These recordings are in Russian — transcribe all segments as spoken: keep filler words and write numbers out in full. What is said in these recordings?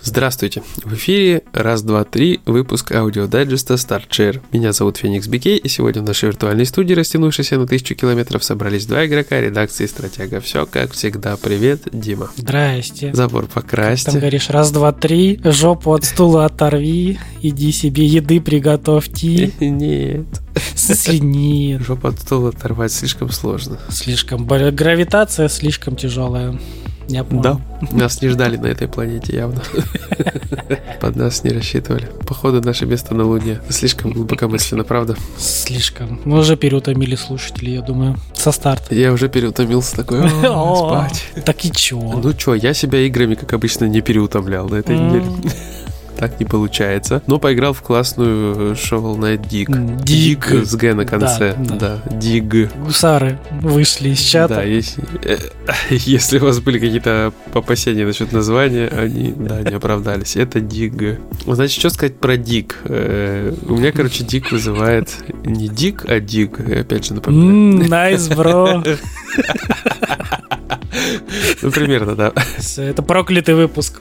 Здравствуйте! В эфире раз, два, три выпуск аудиодайджеста StartShare. Меня зовут Феникс Бикей, и сегодня в нашей виртуальной студии, растянувшейся на тысячу километров, собрались два игрока редакции «Стратега». Все как всегда. Привет, Дима. Здрасте. Забор покрасьте. Там говоришь раз, два, три, жопу от стула оторви, иди себе еды приготовьте. Нет. В смысле нет. Жопу от стула оторвать слишком сложно. Слишком... Гравитация слишком тяжелая. Я понял. Да, нас не ждали на этой планете явно. Под нас не рассчитывали. Походу, наше место на Луне слишком глубокомысленно, правда? Слишком. Мы уже переутомили слушателей, я думаю, со старта. Я уже переутомился, такой, спать. Так и чё? Ну чё, я себя играми, как обычно, не переутомлял на этой неделе. Так не получается. Но поиграл в классную Shovel Knight Dig. Dig. С Г на конце. Да, да. да. Dig. Гусары вышли из чата. Да, если, если у вас были какие-то опасения насчет названия, они, да, не оправдались. Это Dig. Значит, что сказать про Dig? У меня, короче, Dig вызывает не Dig, а Dig. Опять же напоминаю. Найс, бро. Ну, примерно, да. Это проклятый выпуск.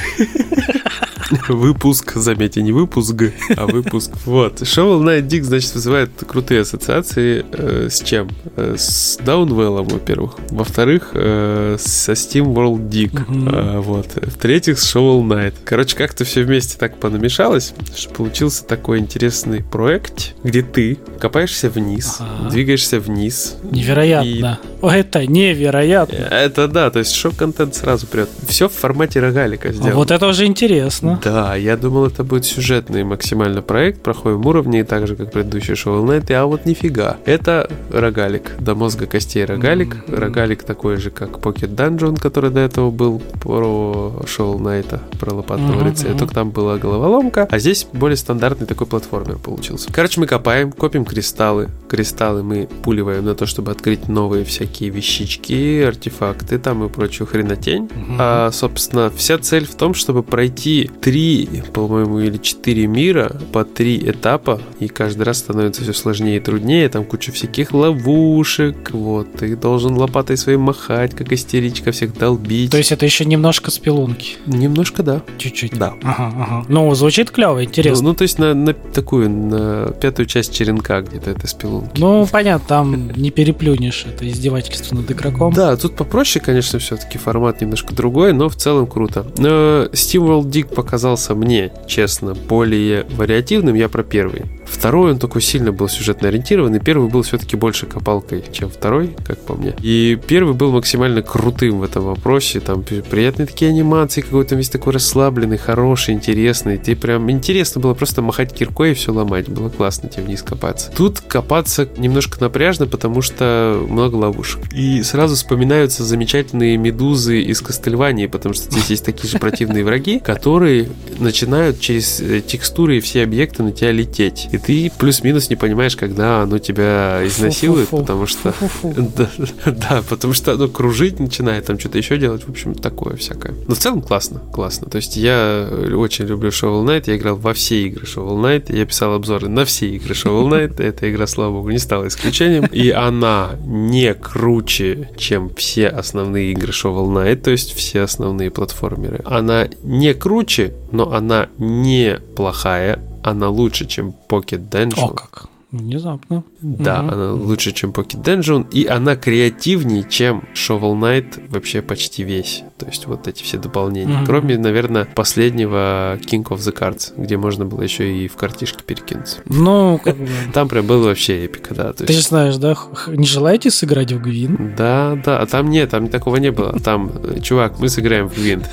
Выпуск, заметьте, не выпуск, а выпуск. Вот. Shovel Knight Dig, значит, вызывает крутые ассоциации э, с чем? Э, с Downwell, во-первых. Во-вторых, э, со Steam World Dig. Uh-huh. э, вот. В-третьих, с Shovel Knight. Короче, как-то все вместе так понамешалось, что получился такой интересный проект, где ты копаешься вниз, ага. двигаешься вниз. Невероятно. И... Это невероятно. Это да, то есть шок-контент сразу прет. Все в формате рогалика сделано. А вот это уже интересно. Да, я думал, это будет сюжетный максимально проект, проходим уровни, так же, как предыдущий Shovel Knight, а вот нифига. Это рогалик, до мозга костей рогалик. Mm-hmm. Рогалик такой же, как Pocket Dungeon, который до этого был про Shovel Knight, про лопатного mm-hmm. рыцаря, только там была головоломка, а здесь более стандартный такой платформер получился. Короче, мы копаем, копим кристаллы. Кристаллы мы пуливаем на то, чтобы открыть новые всякие вещички, артефакты там и прочую хренотень. Mm-hmm. А, собственно, вся цель в том, чтобы пройти три, по-моему, или четыре мира по три этапа, и каждый раз становится все сложнее и труднее, там куча всяких ловушек, вот, ты должен лопатой своей махать, как истеричка, всех долбить. То есть это еще немножко спелунки? Немножко, да. Чуть-чуть? Да. Ага, ага. Ну, звучит клево, интересно. Ну, ну то есть на, на такую, на пятую часть черенка где-то это спелунки. Ну, понятно, там не переплюнешь, это издевательство над игроком. Да, тут попроще, конечно, все-таки формат немножко другой, но в целом круто. Но Steam World Dig показался мне, честно, более вариативным, я про первый. Второй, он такой сильно был сюжетно ориентированный, первый был все-таки больше копалкой, чем второй, как по мне. И первый был максимально крутым в этом вопросе, там приятные такие анимации, какой-то весь такой расслабленный, хороший, интересный. Ты прям интересно было просто махать киркой и все ломать, было классно тебе вниз копаться. Тут копаться немножко напряжно, потому что много ловушек. И сразу вспоминаются замечательные медузы из Castlevania, потому что здесь есть такие же противные враги, которые начинают через текстуры и все объекты на тебя лететь. И ты плюс-минус не понимаешь, когда оно тебя изнасилует, Фу-фу-фу. потому что... да, да, потому что оно кружить начинает, там что-то еще делать, в общем, такое всякое. Но в целом классно, классно. То есть я очень люблю Shovel Knight, я играл во все игры Shovel Knight, я писал обзоры на все игры Shovel Knight, эта игра, слава богу, не стала исключением. И она не круче, чем все основные игры Shovel Knight, то есть все основные платформеры. Она не круче, но она не плохая. Она лучше, чем Pocket Dungeon. О, как? Внезапно. Да, угу. Она лучше, чем Pocket Dungeon, и она креативнее, чем Shovel Knight вообще почти весь. То есть вот эти все дополнения. Угу. Кроме, наверное, последнего King of the Cards, где можно было еще и в картишки перекинуться. Ну, как бы... Там прям был вообще эпика, да. Ты же знаешь, да? Не желаете сыграть в Гвинт? Да, да. А там нет, там такого не было. Там, чувак, мы сыграем в Гвинт.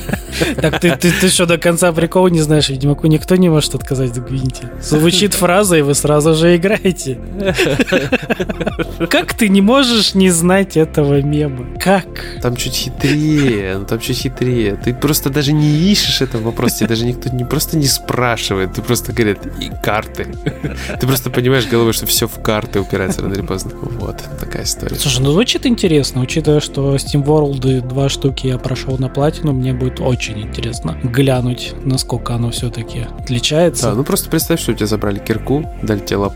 Так ты, ты, ты что, до конца прикола не знаешь? Ведьмаку никто не может отказать в Гвинте. Звучит фраза, и вы сразу же играете. Как ты не можешь не знать этого мема? Как? Там чуть хитрее, ну там чуть хитрее. Ты просто даже не ищешь этого вопроса, тебе даже никто не просто не спрашивает, ты просто говорят, и карты. Ты просто понимаешь головой, что все в карты упирается рано или поздно. Вот, такая история. Слушай, ну звучит интересно, учитывая, что Steam World два штуки я прошел на платину, мне будет очень интересно глянуть, насколько оно все-таки отличается. Да, ну просто представь, что у тебя забрали кирку, дали тебе лопату,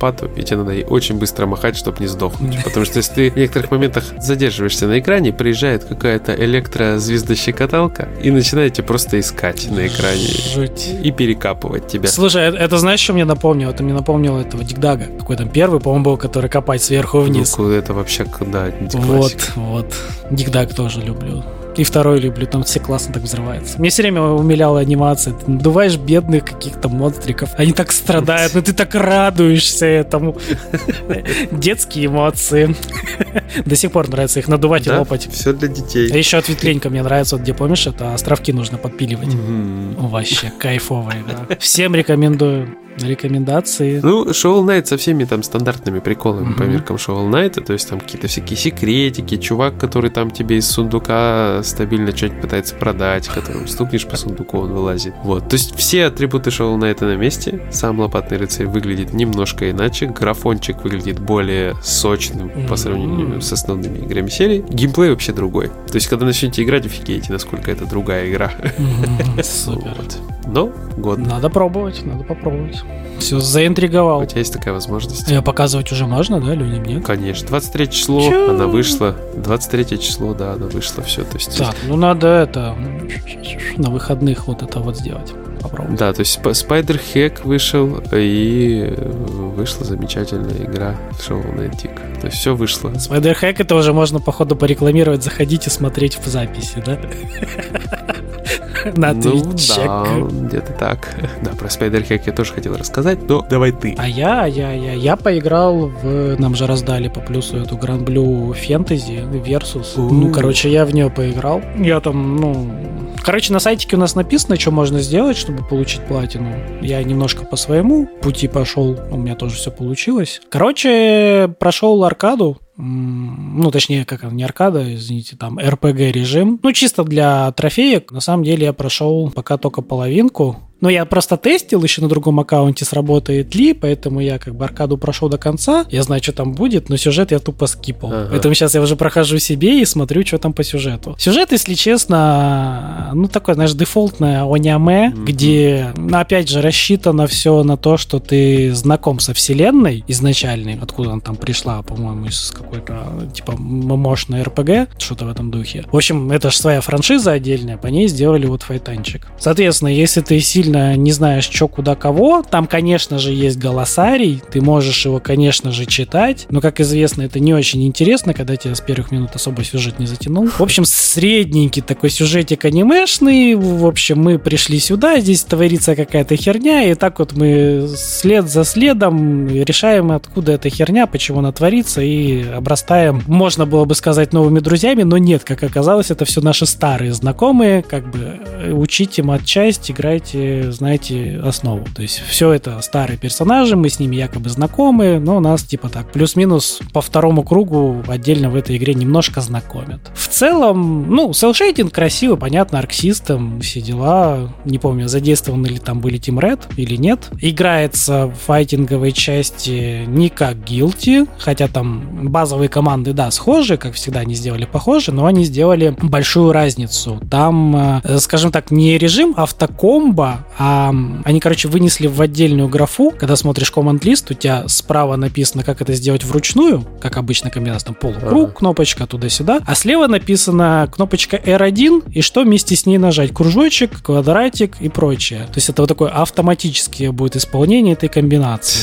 лопату, и тебе надо ей очень быстро махать, чтобы не сдохнуть. Потому что если ты в некоторых моментах задерживаешься на экране, приезжает какая-то электрозвездощекоталка и начинаете просто искать на экране. Жуть. И перекапывать тебя. Слушай, это, это знаешь, что мне напомнило? Это мне напомнило этого Дигдага. Какой там первый, по-моему, был, который копать сверху вниз. Ну, это вообще, да, классика. Вот, вот. Дигдаг тоже люблю. И второй люблю, там все классно так взрывается. Мне все время умиляла анимация. Ты надуваешь бедных каких-то монстриков. Они так страдают, но ты так радуешься этому. Детские эмоции. До сих пор нравится их надувать и лопать. Все для детей. А еще ответвленька мне нравится, где, помнишь, это островки нужно подпиливать. Вообще кайфовая игра. Всем рекомендую. Рекомендации. Ну, Shovel Knight со всеми там стандартными приколами mm-hmm. по меркам Shovel Knight, то есть там какие-то всякие секретики, чувак, который там тебе из сундука стабильно что-нибудь пытается продать, которым стукнешь по сундуку, он вылазит. Вот, то есть все атрибуты Shovel Knight на месте, сам Лопатный рыцарь выглядит немножко иначе, графончик выглядит более сочным mm-hmm. по сравнению с основными играми серии. Геймплей вообще другой. То есть, когда начнете играть, офигеете, насколько это другая игра. Mm-hmm. Супер. Вот. Но годно. Надо пробовать, надо попробовать. Все, заинтриговал. У тебя есть такая возможность. Ее показывать уже можно, да, людям, нет? Конечно. двадцать третье число Чё? Она вышла. двадцать третье число, да, она вышла. Все, то есть... Так, ну надо это... На выходных вот это вот сделать. Попробовать. Да, то есть Spider-Hack вышел, и вышла замечательная игра Shovel Knight Dig. То есть все вышло. Spider-Hack это уже можно, походу, порекламировать. Заходите смотреть в записи, да? На Twitch. Ну, да, где-то так. Да, про Spider-Hack я тоже хотел рассказать, но давай ты. А я, я, я, я поиграл в... Нам же раздали по плюсу эту Grand Blue Fantasy Versus. У-у-у. Ну, короче, я в нее поиграл. Я там, ну... Короче, на сайтике у нас написано, что можно сделать, чтобы получить платину. Я немножко по своему пути пошел. У меня тоже все получилось. Короче, прошел аркаду. Ну, точнее, как не аркада, извините, там эр пи джи-режим. Ну, чисто для трофеек. На самом деле я прошел пока только половинку. Но я просто тестил еще на другом аккаунте, сработает ли, поэтому я как бы аркаду прошел до конца. Я знаю, что там будет, но сюжет я тупо скипал. Ага. Поэтому сейчас я уже прохожу себе и смотрю, что там по сюжету. Сюжет, если честно, ну, такое, знаешь, дефолтное оняме, mm-hmm. где, ну, опять же, рассчитано все на то, что ты знаком со вселенной изначальной, откуда она там пришла, по-моему, из какой-то, типа, мощной эр пи джи, что-то в этом духе. В общем, это же своя франшиза отдельная, по ней сделали вот файтанчик. Соответственно, если ты сильно не знаешь, что, куда, кого. Там, конечно же, есть голосарий. Ты можешь его, конечно же, читать. Но, как известно, это не очень интересно, когда тебя с первых минут особо сюжет не затянул. В общем, средненький такой сюжетик анимешный. В общем, мы пришли сюда, здесь творится какая-то херня, и так вот мы след за следом решаем, откуда эта херня, почему она творится, и обрастаем, можно было бы сказать, новыми друзьями, но нет, как оказалось, это все наши старые знакомые. Как бы учите матчасть, играйте, знаете, основу. То есть все это старые персонажи, мы с ними якобы знакомы, но нас типа так плюс-минус по второму кругу отдельно в этой игре немножко знакомят. В целом, ну, селшейдинг красивый, понятно, арк-систем, все дела. Не помню, задействованы ли там были Team Red или нет. Играется в файтинговой части не как Guilty, хотя там базовые команды, да, схожи, как всегда они сделали похожи, но они сделали большую разницу. Там, скажем так, не режим автокомбо, а они, короче, вынесли в отдельную графу. Когда смотришь команд-лист, у тебя справа написано, как это сделать вручную, как обычно комбинация, там полукруг, кнопочка туда-сюда, а слева написана кнопочка эр один, и что вместе с ней нажать? Кружочек, квадратик и прочее. То есть это вот такое автоматическое будет исполнение этой комбинации.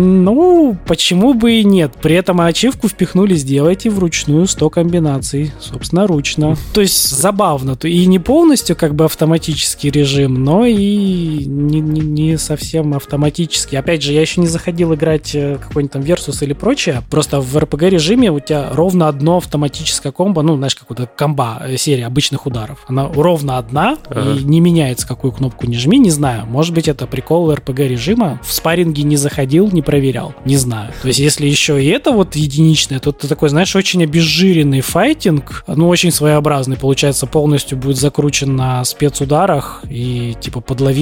Ну, почему бы и нет? При этом ачивку впихнули, сделайте вручную сто комбинаций, собственноручно. То есть забавно. И не полностью как бы автоматический режим, но и Не, не, не совсем автоматически. Опять же, я еще не заходил играть какой-нибудь там Versus или прочее. Просто в эр пи джи режиме у тебя ровно одно автоматическое комбо, ну, знаешь, какая-то комба, серия обычных ударов. Она ровно одна, ага. И не меняется, какую кнопку не жми, не знаю. Может быть, это прикол эр пи джи режима. В спарринге не заходил, не проверял. Не знаю. То есть, если еще и это вот единичное, то ты такой, знаешь, очень обезжиренный файтинг, ну, очень своеобразный. Получается, полностью будет закручен на спецударах и, типа, подлови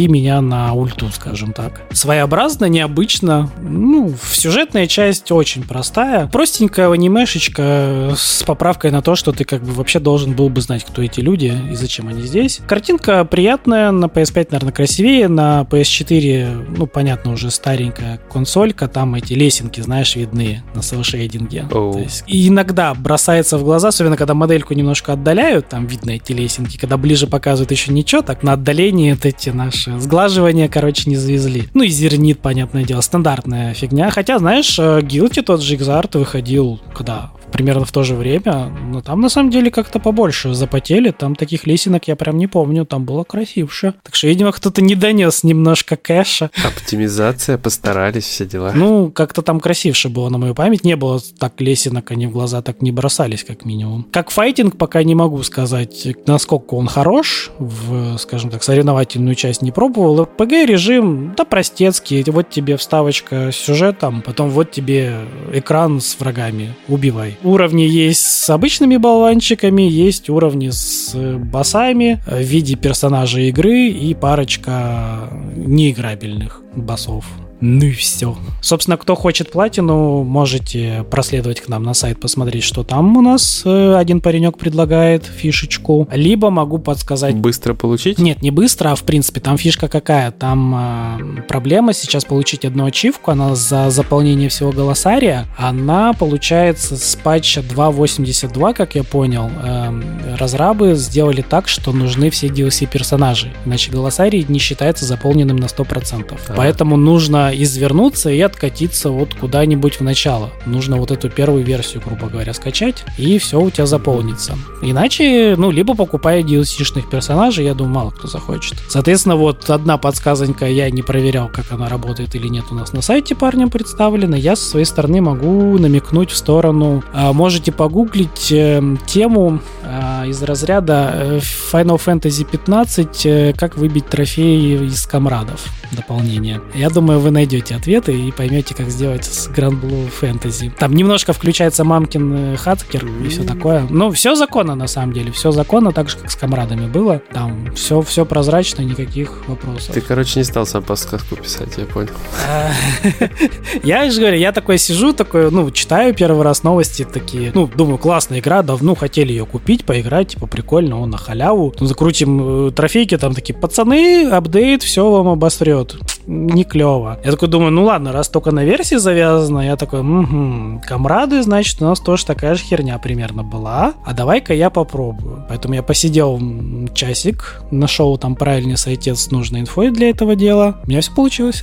меня на ульту, скажем так. Своеобразно, необычно. Ну, сюжетная часть очень простая. Простенькая анимешечка с поправкой на то, что ты как бы вообще должен был бы знать, кто эти люди и зачем они здесь. Картинка приятная, на пи эс пять, наверное, красивее, на пи эс четыре, ну, понятно, уже старенькая консолька, там эти лесенки, знаешь, видны на селшейдинге. Oh. То есть, и иногда бросается в глаза, особенно когда модельку немножко отдаляют, там видно эти лесенки, когда ближе показывают еще ничего, так на отдалении вот эти наши сглаживания, короче, не завезли. Ну и зернит, понятное дело, стандартная фигня. Хотя, знаешь, Guilty, тот же Exart выходил когда? Примерно в то же время, но там на самом деле как-то побольше запотели, там таких лесенок я прям не помню, там было красивше. Так что, видимо, кто-то не донес немножко кэша. Оптимизация, постарались, все дела. Ну, как-то там красивше было на мою память, не было так лесенок, они в глаза так не бросались, как минимум. Как файтинг, пока не могу сказать, насколько он хорош, в, скажем так, соревновательную часть не пробовал. пэ гэ-режим, да, простецкий, вот тебе вставочка с сюжетом, потом вот тебе экран с врагами, убивай. Уровни есть с обычными болванчиками, есть уровни с боссами в виде персонажей игры и парочка неиграбельных боссов. Ну и все. Собственно, кто хочет платину, можете проследовать к нам на сайт, посмотреть, что там у нас один паренек предлагает фишечку. Либо могу подсказать... Быстро получить? Нет, не быстро, а в принципе там фишка какая. Там э, проблема сейчас получить одну ачивку, она за заполнение всего голосария. Она получается с патча два точка восемьдесят два, как я понял. Э, разрабы сделали так, что нужны все ди эл си-персонажи. Иначе голосарий не считается заполненным на сто процентов. А. Поэтому нужно извернуться и откатиться вот куда-нибудь в начало. Нужно вот эту первую версию, грубо говоря, скачать, и все у тебя заполнится. Иначе, ну, либо покупая ди эл си-шных персонажей, я думаю, мало кто захочет. Соответственно, вот одна подсказонька, я не проверял, как она работает или нет, у нас на сайте парням представлена. Я со своей стороны могу намекнуть в сторону. Можете погуглить э, тему э, из разряда э, Final Fantasy пятнадцать, э, как выбить трофеи из комрадов. Дополнение. Я думаю, вы найдете ответы и поймете, как сделать с Grand Blue Fantasy. Там немножко включается мамкин хакер и все такое. Ну, все законно, на самом деле. Все законно, так же, как с комрадами было. Там все, все прозрачно, никаких вопросов. Ты, короче, не стал сам подсказку писать, я понял. Я же говорю, я такой сижу, такой, ну, читаю первый раз новости такие, ну, думаю, классная игра, давно хотели ее купить, поиграть, типа, прикольно, он на халяву. Ну, закрутим трофейки, там такие, пацаны, апдейт, все вам обострет. Не клево. Я такой думаю, ну ладно, раз только на версии завязано, я такой, угу, комрады, значит, у нас тоже такая же херня примерно была, а давай-ка я попробую. Поэтому я посидел часик, нашел там правильный сайтец с нужной инфой для этого дела. У меня все получилось.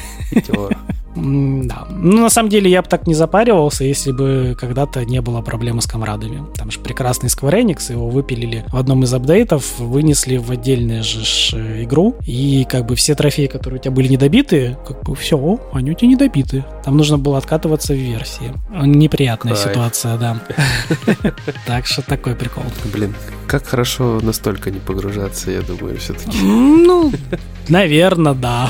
Да. Ну, на самом деле, я бы так не запаривался, если бы когда-то не было проблемы с комрадами. Там же прекрасный Square Enix, его выпилили в одном из апдейтов, вынесли в отдельную же игру, и как бы все трофеи, которые у тебя были недобиты, как бы все, они у тебя недобиты. Там нужно было откатываться в версии. Неприятная Кайф. Ситуация, да. Так что такой прикол. Блин, как хорошо настолько не погружаться, я думаю, все-таки. Ну, наверное, да.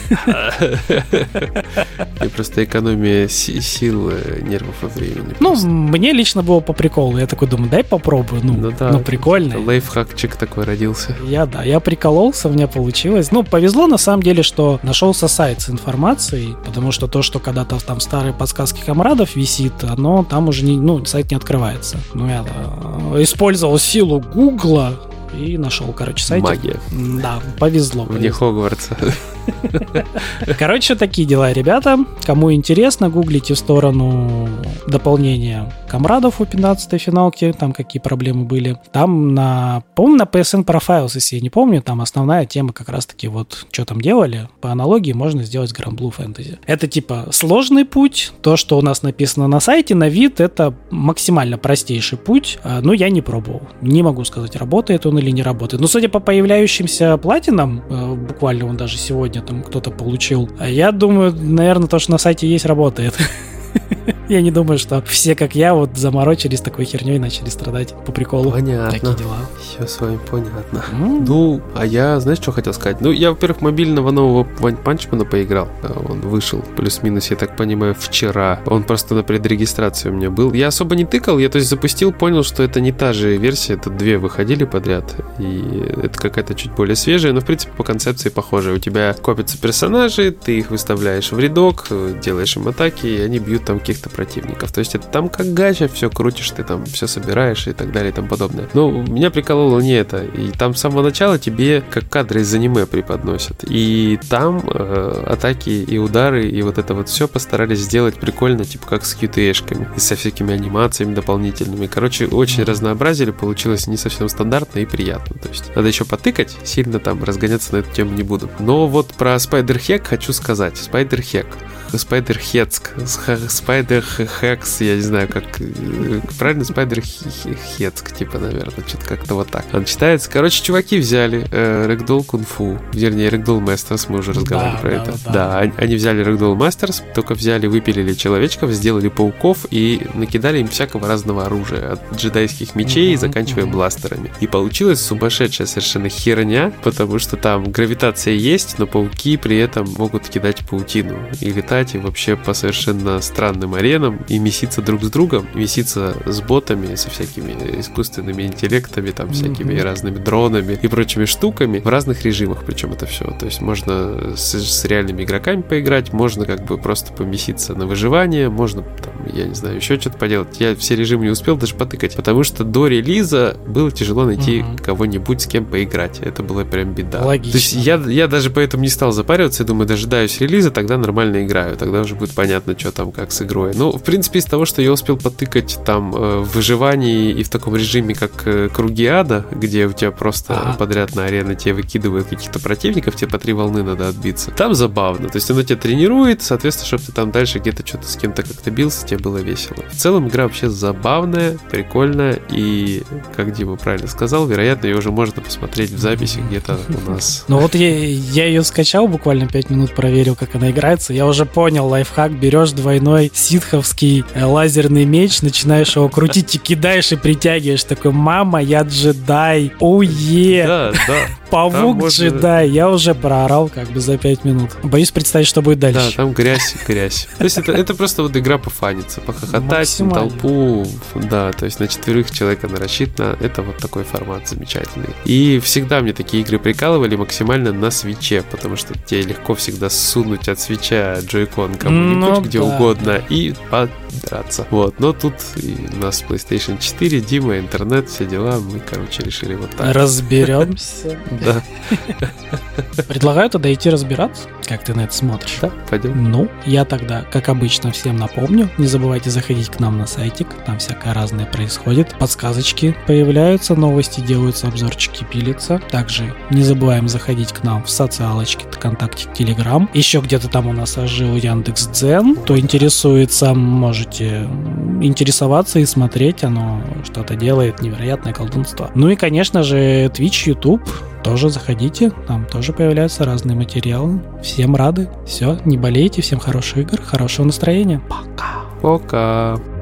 И просто экономия сил, нервов и времени. Ну, просто. Мне лично было по приколу. Я такой думаю, дай попробую. Ну, ну, да, ну прикольно. Лайфхакчик такой родился. Я, да, я прикололся, у меня получилось. Ну, повезло на самом деле, что нашелся сайт с информацией, потому что то, что когда-то там старые подсказки комрадов висит, оно там уже не, ну, сайт не открывается. Ну, я да, использовал силу Гугла и нашел, короче, сайт. Магия. Да, повезло. Вне Хогвартса. Короче, такие дела, ребята. Кому интересно, гуглите в сторону дополнения комрадов у пятнадцатой финалки, там какие проблемы были. Там на, по-моему, на пи эс эн Profiles, если я не помню, там основная тема как раз-таки вот, что там делали. По аналогии можно сделать Grand Blue Fantasy. Это типа сложный путь. То, что у нас написано на сайте, на вид, это максимально простейший путь. Но я не пробовал. Не могу сказать, работает он или не работает. Но судя по появляющимся платинам, буквально он даже сегодня там кто-то получил, я думаю, наверное, то, что на сайте есть, работает. Я не думаю, что все, как я, вот заморочились такой херней и начали страдать по приколу. Понятно. Такие дела. Все с вами понятно. Mm. Ну, а я, знаешь, что хотел сказать? Ну, я, во-первых, мобильного нового Вань Панчмана поиграл. Он вышел, плюс-минус, я так понимаю, вчера. Он просто на предрегистрации у меня был. Я особо не тыкал, я, то есть, запустил, понял, что это не та же версия, это две выходили подряд, и это какая-то чуть более свежая, но, в принципе, по концепции похожая. У тебя копятся персонажи, ты их выставляешь в рядок, делаешь им атаки, и они бьют там каких-то противников. То есть это там как гача, все крутишь, ты там все собираешь и так далее и тому подобное. Но меня прикололо не это. И там с самого начала тебе как кадры из аниме преподносят. И там э, атаки и удары, и вот это вот все постарались сделать прикольно, типа как с кью ти эй-шками. И со всякими анимациями дополнительными. Короче, очень разнообразили, получилось не совсем стандартно и приятно. То есть надо еще потыкать, сильно там разгоняться на эту тему не буду. Но вот про Spider-Hack хочу сказать. Spider-Hack. Spider-Хецк, Spider-Hex, я не знаю, как правильно, Spider-Хецк, типа, наверное, что-то как-то вот так. Он читается. Короче, чуваки взяли э, Ragdoll Kung Fu, вернее, Ragdoll Masters, мы уже разговаривали да, про да, это. Да, да. да, они взяли Ragdoll Masters, только взяли, выпилили человечков, сделали пауков и накидали им всякого разного оружия, от джедайских мечей, mm-hmm, заканчивая mm-hmm. бластерами. И получилась сумасшедшая совершенно херня, потому что там гравитация есть, но пауки при этом могут кидать паутину и летать и вообще по совершенно странным аренам и меситься друг с другом, меситься с ботами, со всякими искусственными интеллектами, там, всякими mm-hmm. разными дронами и прочими штуками в разных режимах, причем это все. То есть можно с, с реальными игроками поиграть, можно как бы просто помеситься на выживание, можно, там, я не знаю, еще что-то поделать. Я все режимы не успел даже потыкать, потому что до релиза было тяжело найти mm-hmm. кого-нибудь, с кем поиграть. Это была прям беда. Логично. То есть я, я даже поэтому не стал запариваться, я думаю, дожидаюсь релиза, тогда нормально играю. Тогда уже будет понятно, что там, как с игрой. Ну, в принципе, из того, что я успел потыкать там э, в выживании и в таком режиме, как э, Круги Ада, где у тебя просто ага. подряд на арены тебе выкидывают каких-то противников, тебе по три волны надо отбиться. Там забавно. То есть оно тебя тренирует, соответственно, чтобы ты там дальше где-то что-то с кем-то как-то бился, тебе было весело. В целом игра вообще забавная, прикольная и, как Дима правильно сказал, вероятно, ее уже можно посмотреть в записи где-то у нас. Ну вот я, я ее скачал, буквально пять минут проверил, как она играется. Я уже понял лайфхак, берешь двойной ситховский э, лазерный меч, начинаешь его крутить и кидаешь и притягиваешь. Такой, мама, я джедай, оуе, да, да. Павук можно... джедай. Я уже проорал как бы за пять минут. Боюсь представить, что будет дальше. Да, там грязь, грязь. То есть это, это просто вот игра пофаниться, похохотать на толпу, да, то есть на четверых человека она рассчитана. Это вот такой формат замечательный. И всегда мне такие игры прикалывали максимально на свитче, потому что тебе легко всегда сунуть от свитча джойкон кому-нибудь, ну, где да. угодно, и подраться. Вот, но тут и у нас PlayStation четыре, Дима, интернет, все дела, мы, короче, решили вот так. Разберемся. Да. Предлагаю тогда идти разбираться, как ты на это смотришь. Да, пойдем. Ну, я тогда, как обычно, всем напомню, не забывайте заходить к нам на сайтик, там всякое разное происходит, подсказочки появляются, новости делаются, обзорчики пилятся. Также не забываем заходить к нам в социалочки, ВКонтакте, Телеграм. Еще где-то там у нас ожил Яндекс.Дзен. Кто интересуется, можете интересоваться и смотреть, оно что-то делает, невероятное колдунство. Ну и, конечно же, Twitch, YouTube. Тоже заходите, там тоже появляются разные материалы. Всем рады. Все, не болейте, всем хороших игр, хорошего настроения. Пока. Пока.